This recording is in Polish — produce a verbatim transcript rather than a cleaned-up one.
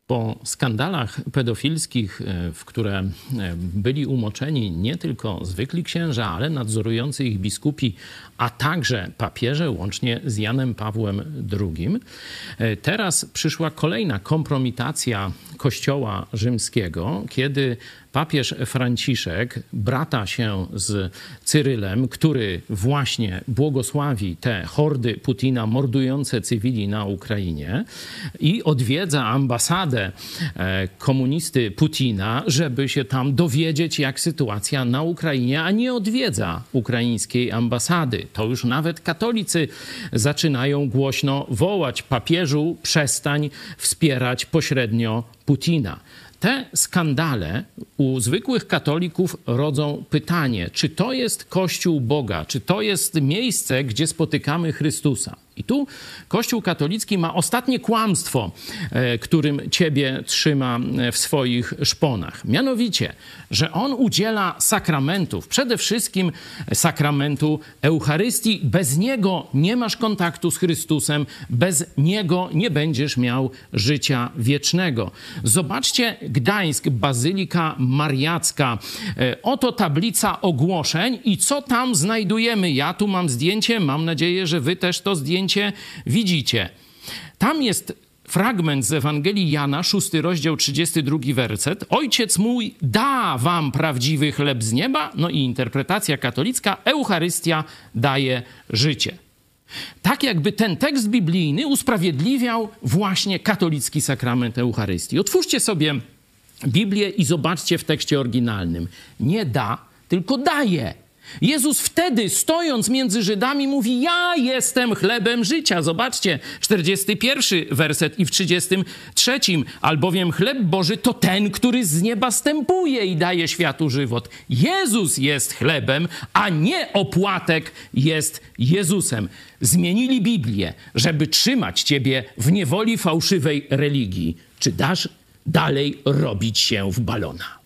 Po skandalach pedofilskich, w które byli umoczeni nie tylko zwykli księża, ale nadzorujący ich biskupi, a także papieże, łącznie z Janem Pawłem drugim, teraz przyszła kolejna kompromitacja Kościoła rzymskiego, kiedy papież Franciszek brata się z Cyrylem, który właśnie błogosławi te hordy Putina mordujące cywili na Ukrainie i odwiedza ambasadę komunisty Putina, żeby się tam dowiedzieć, jak sytuacja na Ukrainie, a nie odwiedza ukraińskiej ambasady. To już nawet katolicy zaczynają głośno wołać: papieżu, przestań wspierać pośrednio Putina. Te skandale u zwykłych katolików rodzą pytanie, czy to jest Kościół Boga, czy to jest miejsce, gdzie spotykamy Chrystusa. I tu Kościół katolicki ma ostatnie kłamstwo, którym ciebie trzyma w swoich szponach. Mianowicie, że on udziela sakramentów, przede wszystkim sakramentu Eucharystii. Bez niego nie masz kontaktu z Chrystusem, bez niego nie będziesz miał życia wiecznego. Zobaczcie, Gdańsk, Bazylika Mariacka. Oto tablica ogłoszeń i co tam znajdujemy. Ja tu mam zdjęcie, mam nadzieję, że wy też to zdjęcie widzicie. Tam jest fragment z Ewangelii Jana, szósty rozdział, trzydziesty drugi werset. Ojciec mój da wam prawdziwy chleb z nieba. No i interpretacja katolicka, Eucharystia daje życie. Tak jakby ten tekst biblijny usprawiedliwiał właśnie katolicki sakrament Eucharystii. Otwórzcie sobie Biblię i zobaczcie w tekście oryginalnym. Nie da, tylko daje. Jezus wtedy, stojąc między Żydami, mówi: ja jestem chlebem życia. Zobaczcie, czterdziesty pierwszy werset i w trzydziestym trzecim. Albowiem chleb Boży to ten, który z nieba stępuje i daje światu żywot. Jezus jest chlebem, a nie opłatek jest Jezusem. Zmienili Biblię, żeby trzymać ciebie w niewoli fałszywej religii. Czy dasz dalej robić się w balona?